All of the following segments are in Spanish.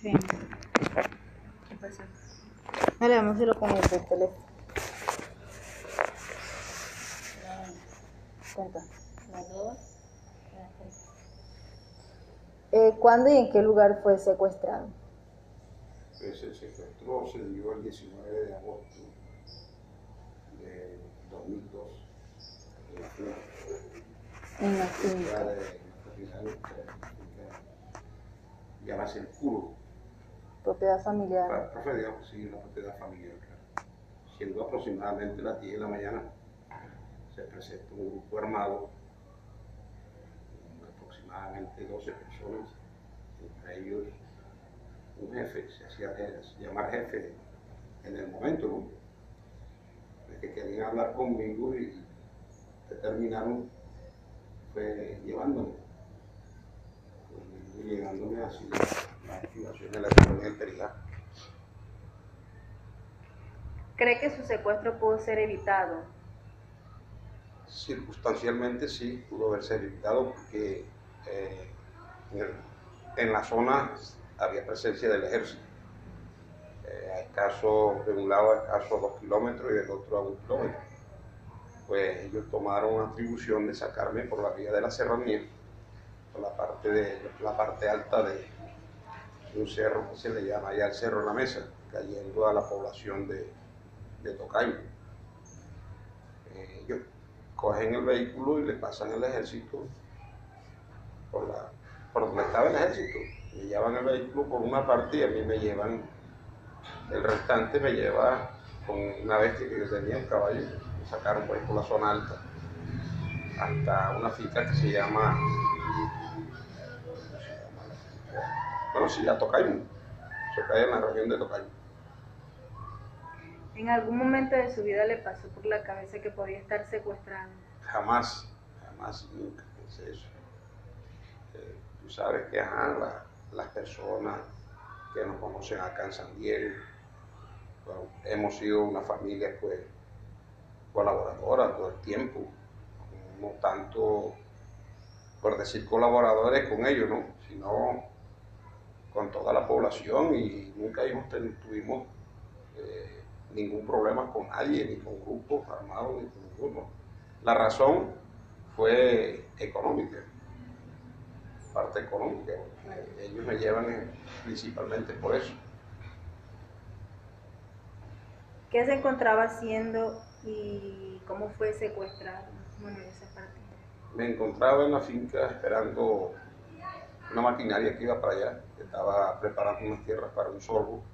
Sí. ¿Qué pasa? Dale, vamos a hacerlo con el teléfono. Cuenta. Las dos. ¿Cuándo y en qué lugar fue secuestrado? Pues el secuestro se dio el 19 de agosto de 2002 en la finca. En la Cerca finca. de nuestra finca, llámase El Curo. Propiedad familiar. Digamos, sí, una propiedad familiar. Siendo aproximadamente las 10 de la mañana, se presentó un grupo armado, aproximadamente 12 personas, entre ellos un jefe, se hacía llamar jefe en el momento, ¿no? De que querían hablar conmigo y determinaron fue llevándome hacia la activación de la economía integral. ¿Cree que su secuestro pudo ser evitado? Circunstancialmente sí, pudo haberse evitado porque en la zona había presencia del ejército. A escaso, de un lado a escaso 2 kilómetros y del otro a 1 kilómetro. Pues ellos tomaron atribución de sacarme por la vía de la serranía, por la parte alta de un cerro que se le llama allá el Cerro La Mesa, cayendo a la población de Tocayo. Ellos cogen el vehículo y le pasan el ejército por donde estaba el ejército. Me llevan el vehículo por una parte y a mí me llevan, el restante me lleva con una bestia que yo tenía, un caballo, me sacaron por ahí por la zona alta, hasta una finca que se llama, bueno, sí, a Tocayo, se cae en la región de Tocayo. ¿En algún momento de su vida le pasó por la cabeza que podía estar secuestrado? Jamás, nunca pensé eso. Tú sabes que las personas que nos conocen acá en San Diego, bueno, hemos sido una familia pues colaboradora todo el tiempo, no tanto por decir colaboradores con ellos, ¿no? Sino con toda la población, y nunca tuvimos ningún problema con nadie, ni con grupos armados, ni con ninguno. La razón fue económica, parte económica. Ellos me llevan principalmente por eso. ¿Qué se encontraba haciendo y cómo fue secuestrado? Bueno, esa parte. Me encontraba en la finca esperando una maquinaria que iba para allá, que estaba preparando unas tierras para un sorbo.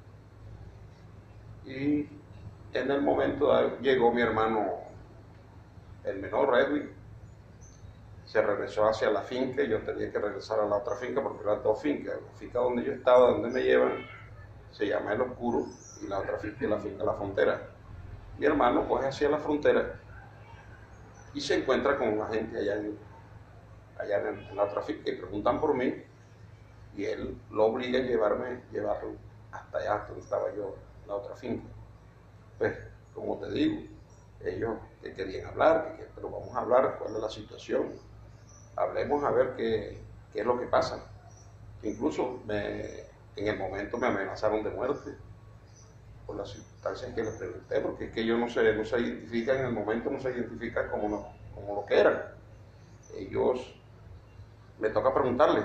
Y en el momento llegó mi hermano, el menor, Edwin, se regresó hacia la finca y yo tenía que regresar a la otra finca porque eran dos fincas. La finca donde yo estaba, donde me llevan, se llama El Oscuro, y la otra finca es la finca La Frontera. Mi hermano coge hacia la frontera y se encuentra con la gente allá en la otra finca y preguntan por mí, y él lo obliga a llevarlo hasta allá, donde estaba yo, en la otra finca. Pues, como te digo, ellos que querían hablar, pero vamos a hablar, cuál es la situación, hablemos a ver qué es lo que pasa. Incluso en el momento me amenazaron de muerte por las circunstancias que les pregunté, porque es que ellos no se identifican en el momento, no se identifican como lo que eran. Ellos, me toca preguntarles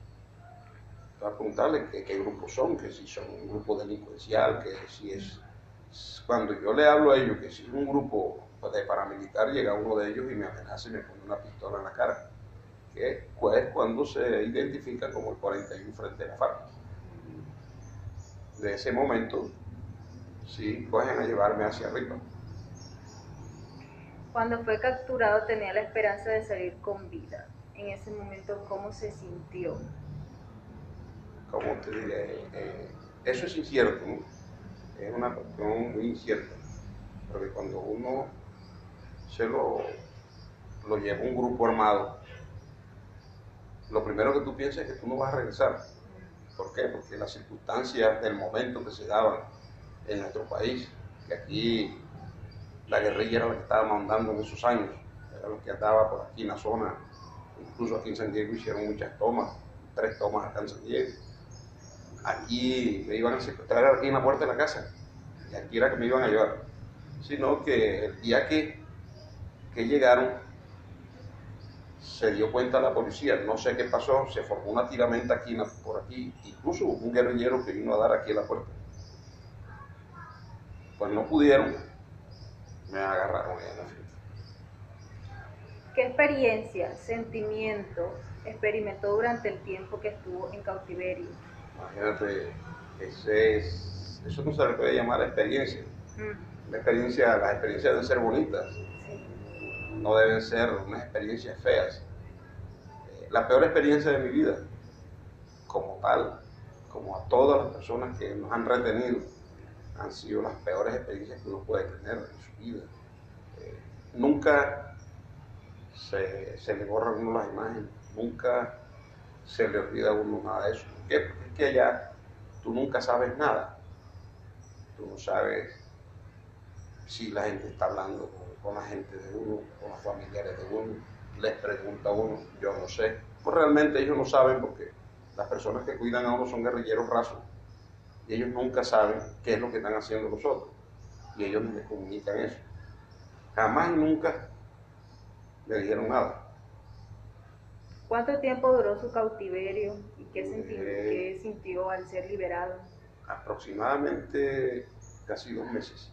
qué grupos son, que si son un grupo delincuencial, que si es... Cuando yo le hablo a ellos que si es un grupo de paramilitar, llega uno de ellos y me amenaza y me pone una pistola en la cara, que es cuando se identifica como el 41 frente a la FARC. De ese momento, sí, cogen a llevarme hacia arriba. Cuando fue capturado tenía la esperanza de salir con vida. En ese momento, ¿cómo se sintió? Como te diré, eso es incierto, ¿no? Es una cuestión muy incierta, porque cuando uno se lo lleva un grupo armado, lo primero que tú piensas es que tú no vas a regresar. ¿Por qué? Porque las circunstancias del momento que se daban en nuestro país, que aquí la guerrilla era la que estaba mandando en esos años, era lo que andaba por aquí en la zona, incluso aquí en San Diego hicieron muchas tomas, 3 tomas acá en San Diego. aquí me iban a secuestrar aquí en la puerta de la casa, y aquí era que me iban a llevar, sino que el día que llegaron, se dio cuenta la policía, no sé qué pasó, se formó una tiramenta aquí por aquí, incluso un guerrillero que vino a dar aquí a la puerta. Pues no pudieron, me agarraron ahí en la finca. ¿Qué experiencia, sentimiento experimentó durante el tiempo que estuvo en cautiverio? Imagínate, eso no se le puede llamar experiencia. Las experiencias deben ser bonitas, no deben ser unas experiencias feas. La peor experiencia de mi vida, como tal, como a todas las personas que nos han retenido, han sido las peores experiencias que uno puede tener en su vida. Nunca se le borran a uno las imágenes, nunca se le olvida a uno nada de eso. ¿Por qué? Porque es que allá tú nunca sabes nada. Tú no sabes si la gente está hablando con la gente de uno, con los familiares de uno, les pregunta a uno, yo no sé. Pues realmente ellos no saben porque las personas que cuidan a uno son guerrilleros rasos y ellos nunca saben qué es lo que están haciendo los otros y ellos no les comunican eso. Jamás y nunca me dijeron nada. ¿Cuánto tiempo duró su cautiverio y qué sintió al ser liberado? Aproximadamente casi 2 meses.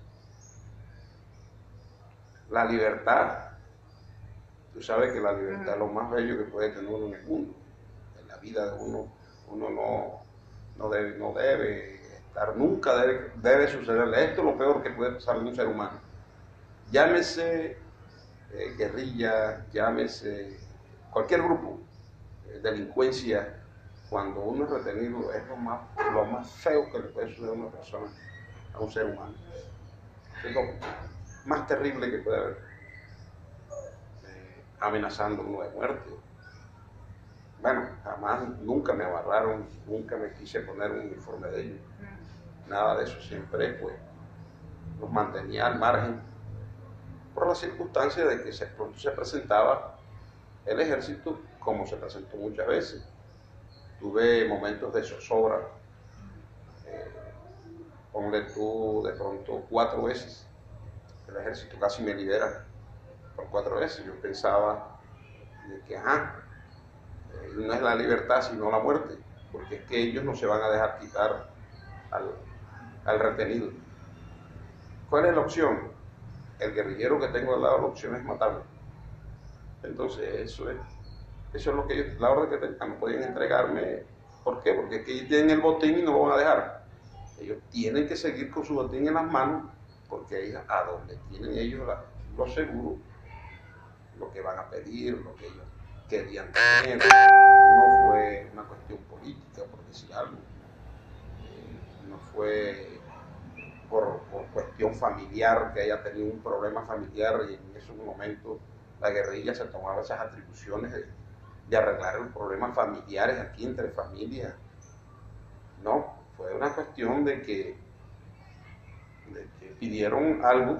La libertad, tú sabes que la libertad es lo más bello que puede tener uno en el mundo. En la vida de uno no debe estar, nunca debe sucederle. Esto es lo peor que puede pasarle a un ser humano. Llámese guerrilla, llámese cualquier grupo, delincuencia, cuando uno es retenido es lo más feo que le puede suceder a una persona, a un ser humano. Es lo más terrible que puede haber, amenazando uno de muerte. Bueno, jamás, nunca me agarraron, nunca me quise poner un uniforme de ellos, nada de eso, siempre pues los mantenía al margen por la circunstancia de que pronto se presentaba el ejército como se presentó muchas veces. Tuve momentos de zozobra, ponle tú de pronto 4 veces, el ejército casi me libera por 4 veces. Yo pensaba de que, no es la libertad sino la muerte, porque es que ellos no se van a dejar quitar al retenido. ¿Cuál es la opción? El guerrillero que tengo al lado, la opción es matarlo. Entonces eso es lo que ellos, la orden que tenían, no podían entregarme. ¿Por qué? Porque es que ellos tienen el botín y no lo van a dejar. Ellos tienen que seguir con su botín en las manos, porque ahí a donde tienen ellos lo seguro, lo que van a pedir, lo que ellos querían tener, no fue una cuestión política, por decir algo, no fue por cuestión familiar, que haya tenido un problema familiar y en esos momentos la guerrilla se tomaba esas atribuciones de arreglar los problemas familiares aquí entre familias. No, fue una cuestión de que pidieron algo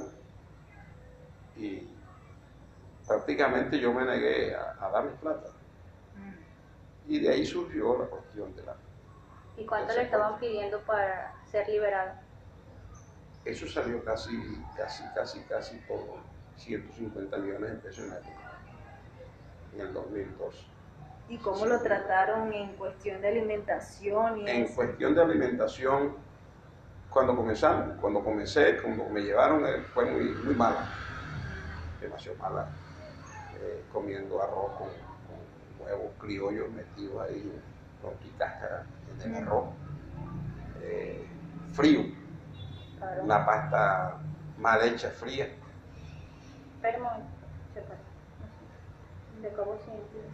y prácticamente yo me negué a darles plata. Y de ahí surgió la cuestión de la... ¿Y cuánto le estaban pidiendo para ser liberado? Eso salió casi por 150 millones de pesos en la época, en el 2002. ¿Y cómo lo trataron en cuestión de alimentación y En eso? cuestión de alimentación, cuando me llevaron, fue muy mala, demasiado mala, comiendo arroz con huevos criollos metidos ahí, con cáscara en el arroz, frío, Claro. una pasta mal hecha, fría. Pero de cómo siempre.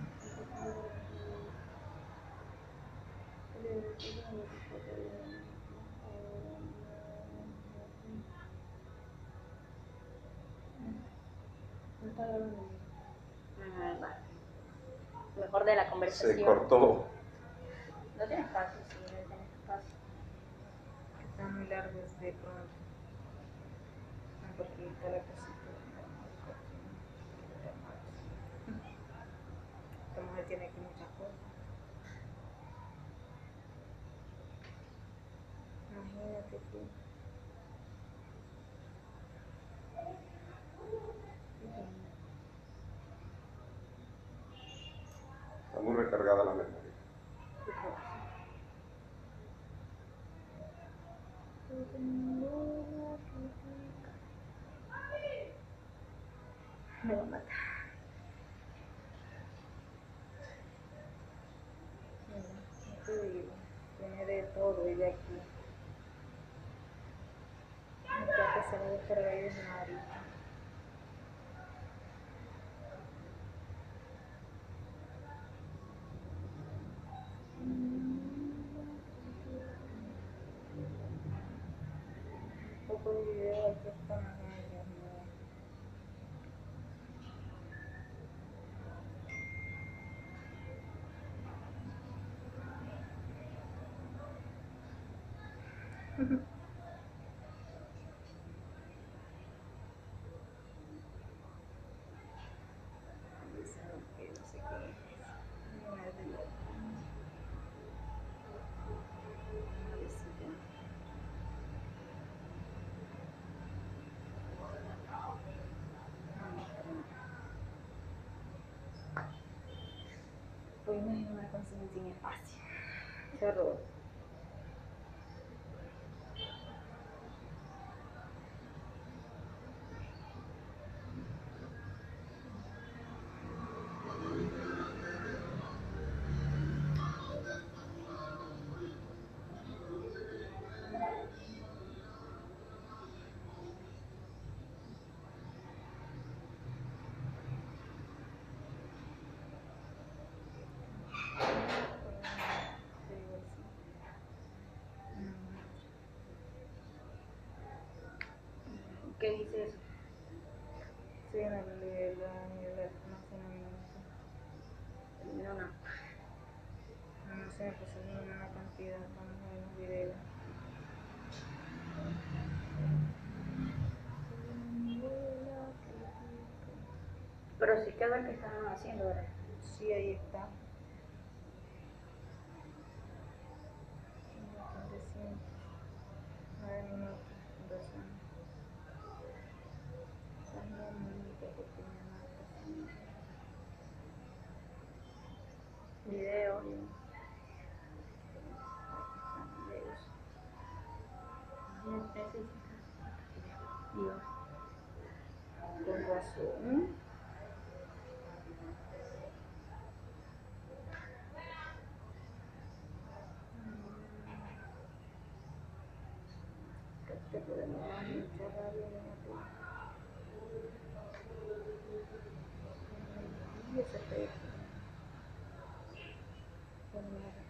Vale. Mejor de la conversación. Se cortó. No tienes espacio, sí, no tienes espacio. Está muy largo de pronto. Porque está la cosita. Esta mujer tiene aquí muchas cosas. aquí. Está muy recargada la memoria. Me va a matar. Mira, no te digo, tiene de todo ella aquí. Acá que se va a descargar y desnudar ahorita. Un poco de video aquí está, ay Dios mío. Dice que no sé qué es. No es de loco. A ver si ya. Pues imagino una conciencia sin espacio. Qué horror. ¿Qué dice eso? Sí, en el almacenamiento. No, no. No sé, pues es una cantidad, vamos a ver un video. Pero sí quedó el que estaban haciendo, ¿verdad? Sí, ahí está. 9 minutos, 2 años. Esas 9 minutos porque me mata. Video. Videos. Dios. Con razón. Te podemos dar mucha rabia de la tuya. Y ese pecho. Con mierda.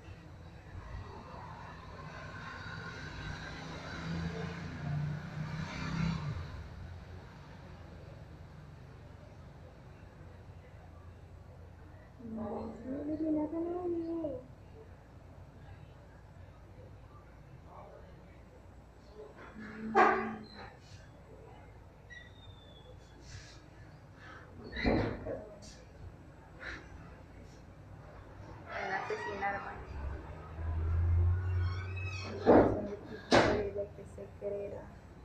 No, no le nada a nadie. En asesinar más. Son de tipo de lo que se creerá.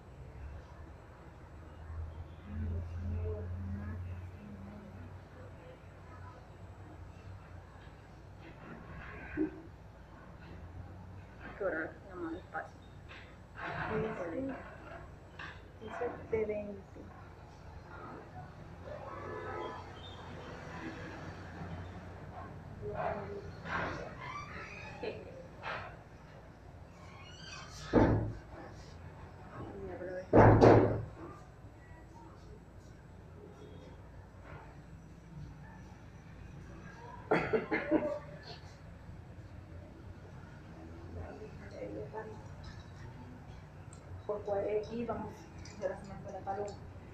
Ay, Dios mío, mata, Hay que orar, no más despacio. Señor. Dice de 20. Dios bendito. Me aprovecho. Por cuál aquí vamos, ya se me fue la paloma.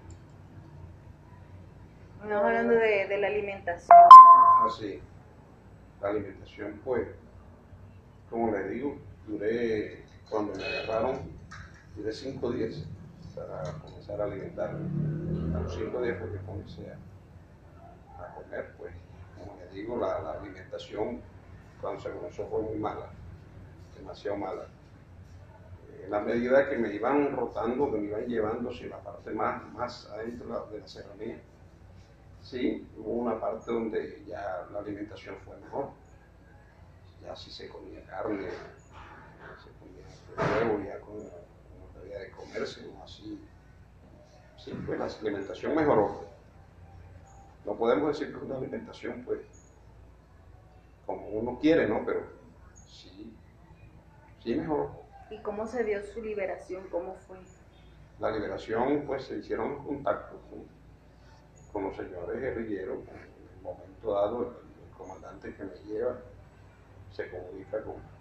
Estamos hablando de la alimentación. Así, la alimentación, pues, como les digo, cuando me agarraron, duré 5 días para comenzar a alimentarme. A los 5 días fue que comencé a comer, pues, como les digo, la alimentación cuando se comenzó fue muy mala, demasiado mala. En la medida que me iban rotando, que me iban llevando hacia la parte más adentro de la serranía, sí, hubo una parte donde ya la alimentación fue mejor. Ya sí se comía carne, se comía huevo, ya como debía de comerse, ¿no? Así, sí, pues la alimentación mejoró. No podemos decir que es una alimentación, pues, como uno quiere, ¿no? Pero sí, sí mejoró. ¿Y cómo se dio su liberación? ¿Cómo fue? La liberación, pues, se hicieron contactos con los señores guerrilleros. En el momento dado, el comandante que me lleva se comunica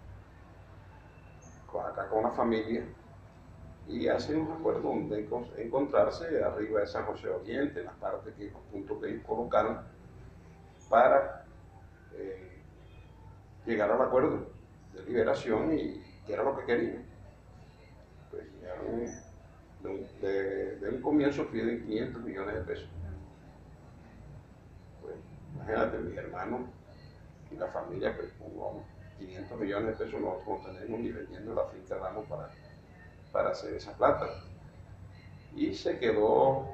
acá con la familia y hacen un acuerdo de encontrarse arriba de San José Oriente, en las partes que los puntos que ellos colocaron, para llegar al acuerdo de liberación y que era lo que querían. Pues llegaron de un comienzo piden 500 millones de pesos. Pues imagínate, mi hermano y la familia, pues con 500 millones de pesos nosotros no tenemos ni vendiendo la finca damos para hacer esa plata. Y se quedó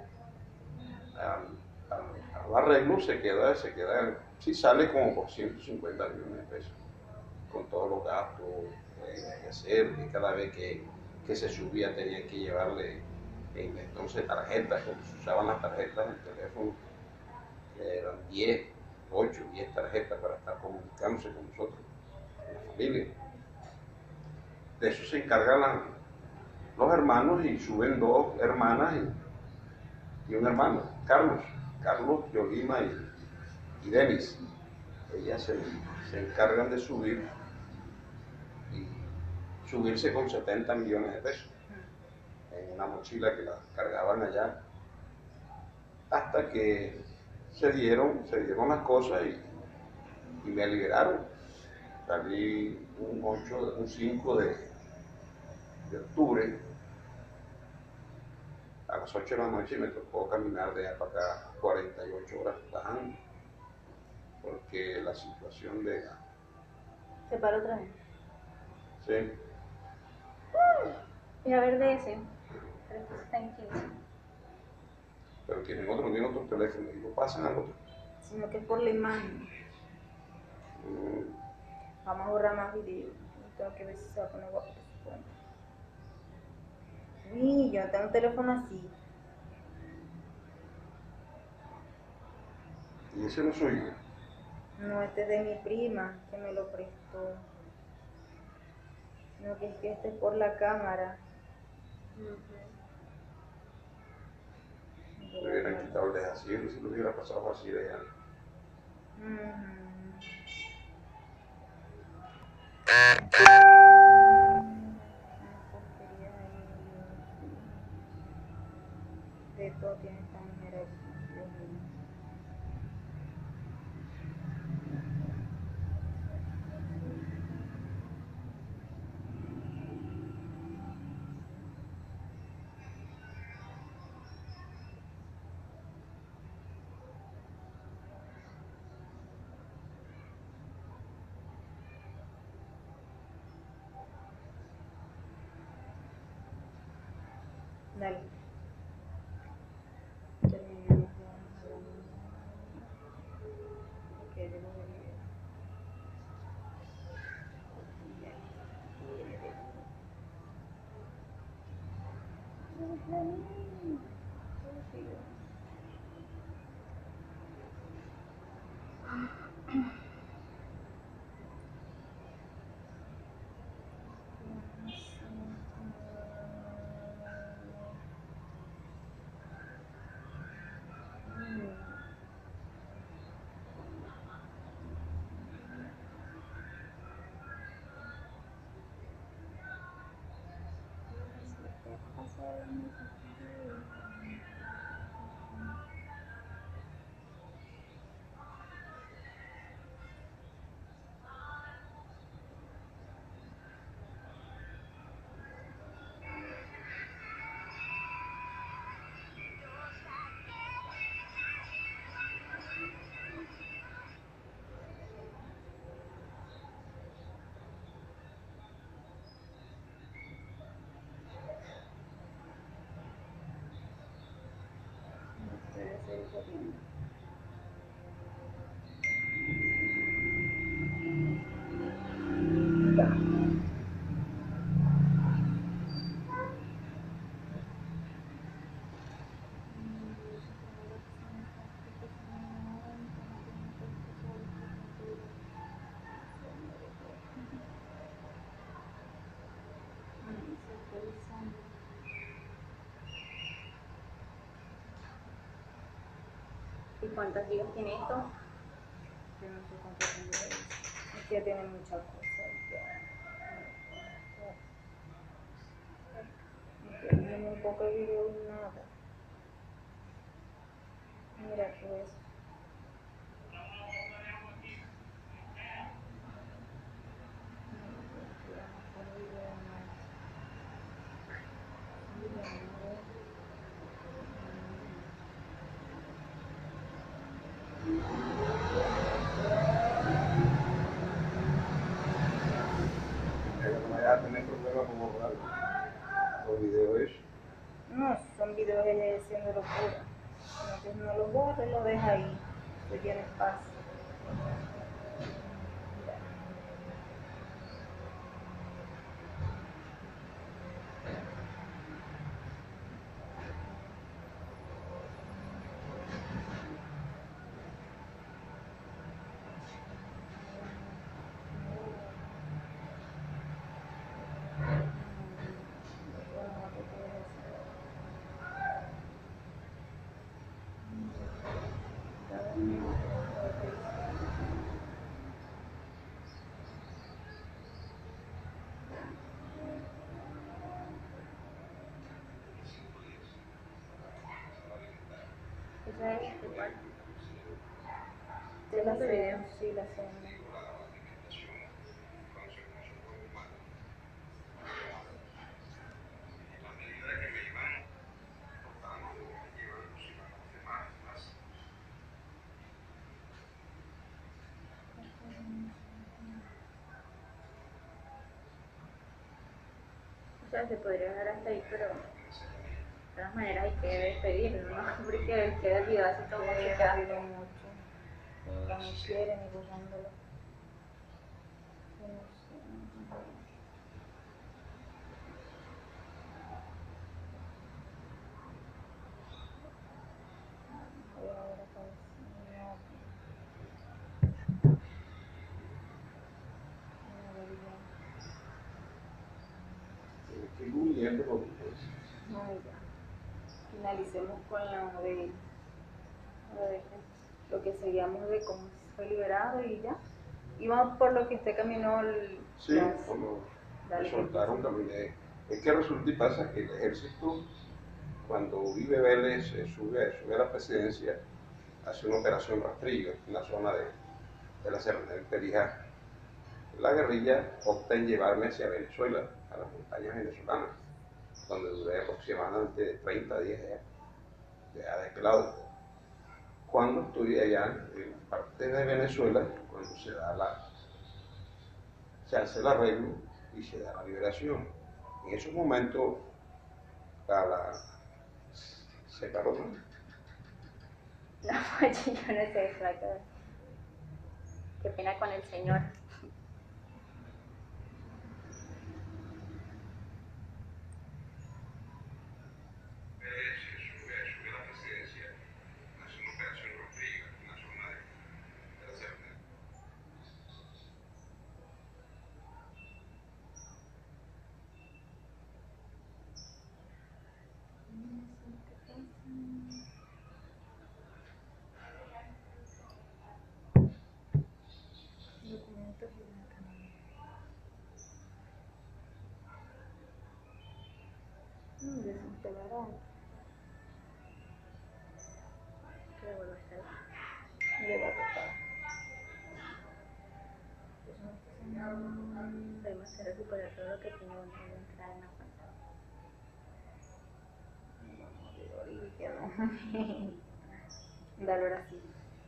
al arreglo, se queda, sí sale como por 150 millones de pesos, con todos los gastos que hacer, que cada vez que se subía tenía que llevarle entonces tarjetas, como se usaban las tarjetas en el teléfono, que eran 10, 8, 10 tarjetas para estar comunicándose con nosotros, con la familia. De eso se encargan los hermanos y suben 2 hermanas y un hermano, Carlos, Yolima y Denis. Ellas se encargan de subir y subirse con 70 millones de pesos en una mochila que la cargaban allá, hasta que se dieron las cosas y me liberaron. Salí un 5 de octubre a las 8 de la noche y me tocó caminar de allá para acá 48 horas bajando, porque la situación de... ¿Se paró otra vez? Sí. Y a ver de ese. Está en 15. Pero tienen otro teléfono y lo pasan al otro. Sino que es por la imagen. Vamos a borrar más videos. Tengo que ver si se va a poner guapo. Uy, yo no tengo un teléfono así. Y ese no soy yo. No, este es de mi prima, que me lo prestó. No, que es que este es por la cámara. Me hubieran quitado el desasiento y si lo hubiera pasado así de allá. De todo tiene esta mujer aquí, Dios mío. Dale. Terminemos ya. Ok, debo de ver. corriendo. Ya. ¿Y cuántos gigas tiene esto? Yo no sé cuánto tengo de eso. Es que tiene muchas cosas. Tiene un poco de video y nada. Mira todo eso. No vaya a tener problemas con borrar los videos esos. No, son videos de ella haciendo locura. Entonces no lo borra y lo deja ahí. Se tiene espacio. Esa es igual. La Segundo video. segunda, sí, la segunda. O sea, se podría dejar hasta ahí, pero de todas maneras hay que despedirlo, ¿no? Porque queda el video así como que queda. Rápido mucho. Ya no quiere ni borrándolo. Yo no sé. Voy a ver acá si no. No lo vi bien. Estoy googleando lo que es. No, ya. Finalicemos con lo que seguíamos de cómo fue liberado y ya. Y vamos por lo que usted caminó el... Sí, como me Dale, soltaron, caminé. Es que resulta y pasa que el ejército, cuando Uribe Vélez sube a la presidencia, hace una operación rastrillo en la zona de la Serranía del Perijá. La guerrilla opta en llevarme hacia Venezuela, a las montañas venezolanas, donde duré aproximadamente 30 días de esclavo. Cuando estuve allá, en parte de Venezuela, cuando se hace el arreglo y se da la liberación. En esos momentos, se paró. No, pues yo no sé, flaca. Qué pena con el señor. Sube a la presidencia, hace una operación rastrillo en la zona de la Serranía. Documentos y la camino. Desintegraron. Que vuelva a estar. Le va a tocar. Debemos de recuperar todo lo que tengo antes de entrar en la cuenta. Dale ahora sí.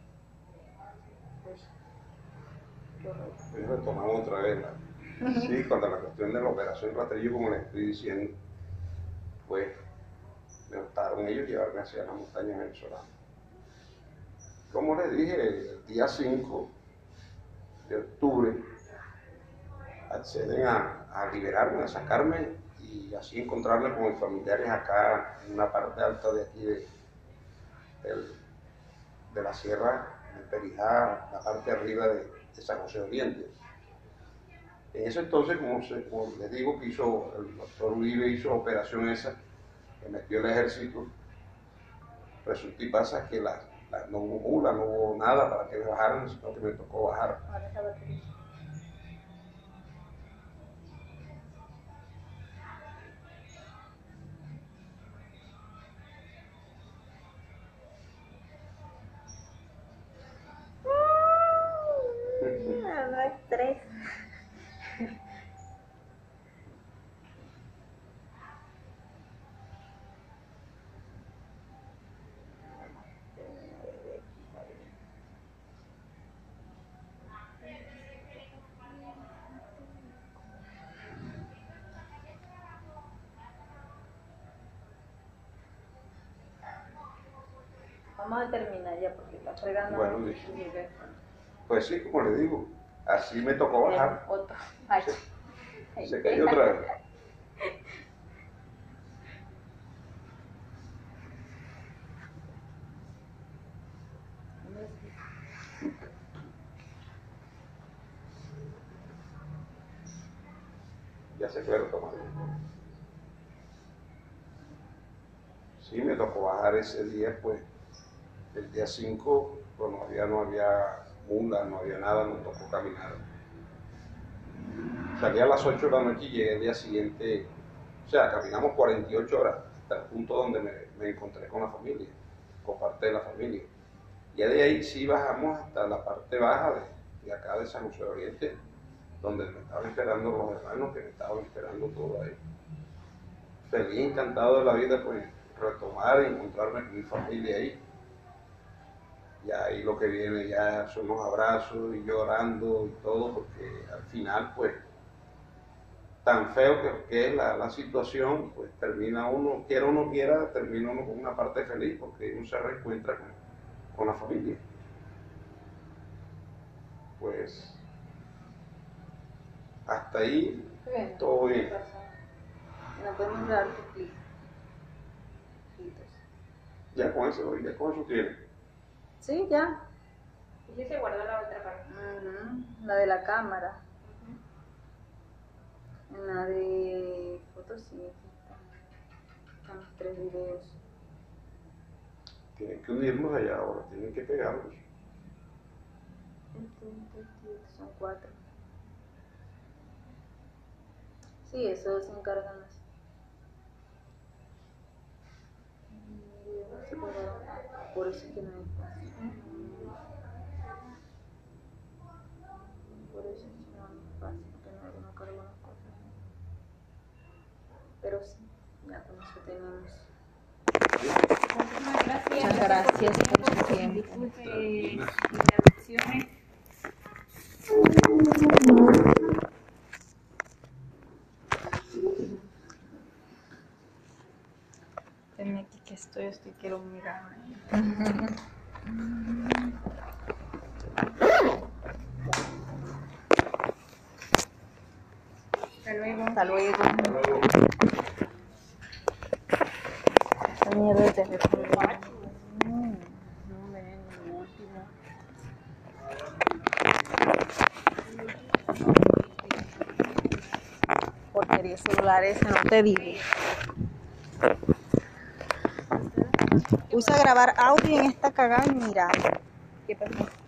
Pues, qué horror. Pues retomamos otra vez sí, cuando la cuestión de la operación rastrillo, como les estoy diciendo, pues me optaron ellos llevarme hacia las montañas venezolanas. como les dije, el día 5 de octubre acceden a liberarme, a sacarme y así encontrarme con mis familiares acá en una parte alta de aquí de la sierra de Perijá, la parte de arriba de San José Oriente. En ese entonces, como les digo, que el doctor Uribe hizo la operación esa, que metió el ejército, resulta y pasa que no hubo mula, no hubo nada para que me bajaran, sino que me tocó bajar. Ahora es la batería. No estrés. Vamos a terminar ya porque está fregando. Bueno, pues sí, como le digo, así me tocó bajar. Otro. Ay. Se cayó otra vez. Ya se fue retomando. Sí, me tocó bajar ese día, pues, el día 5, pues no había mula, no había nada, nos tocó caminar. Salí a las 8 de la noche y llegué el día siguiente, o sea, caminamos 48 horas hasta el punto donde me encontré con la familia, con parte de la familia. Ya de ahí sí bajamos hasta la parte baja de acá de San José Oriente, donde me estaban esperando los hermanos, que me estaban esperando todo ahí. Feliz, encantado de la vida, pues retomar y encontrarme con mi familia ahí. Y ahí lo que viene ya son los abrazos y llorando y todo, porque al final, pues, tan feo que es la situación, pues termina uno, quiera o no quiera, termina uno con una parte feliz, porque uno se reencuentra con la familia. Pues, hasta ahí, Bien. todo bien. No podemos dar tu clip. Ya con eso tiene. Sí, ya. Y sí se guardó la otra parte. La de la cámara. En la de fotos sí, aquí están los 3 videos. Tienen que unirlos allá ahora, tienen que pegarlos. Son 4. Sí, eso se encargan así. Por eso es que no hay espacio. Por eso es que no hay espacio, porque no cargo las cosas. Pero sí, ya con eso tenemos. Muchísimas gracias. Muchas gracias por su tiempo. Disculpe interrupciones. Tenme aquí que estoy quiero mirar. Hasta luego. Hasta luego. Esta mierda de teléfono. No ven, el último. Porquería celular ese, no te digo. Puse a grabar audio en esta cagada y mira. ¿Qué pasó?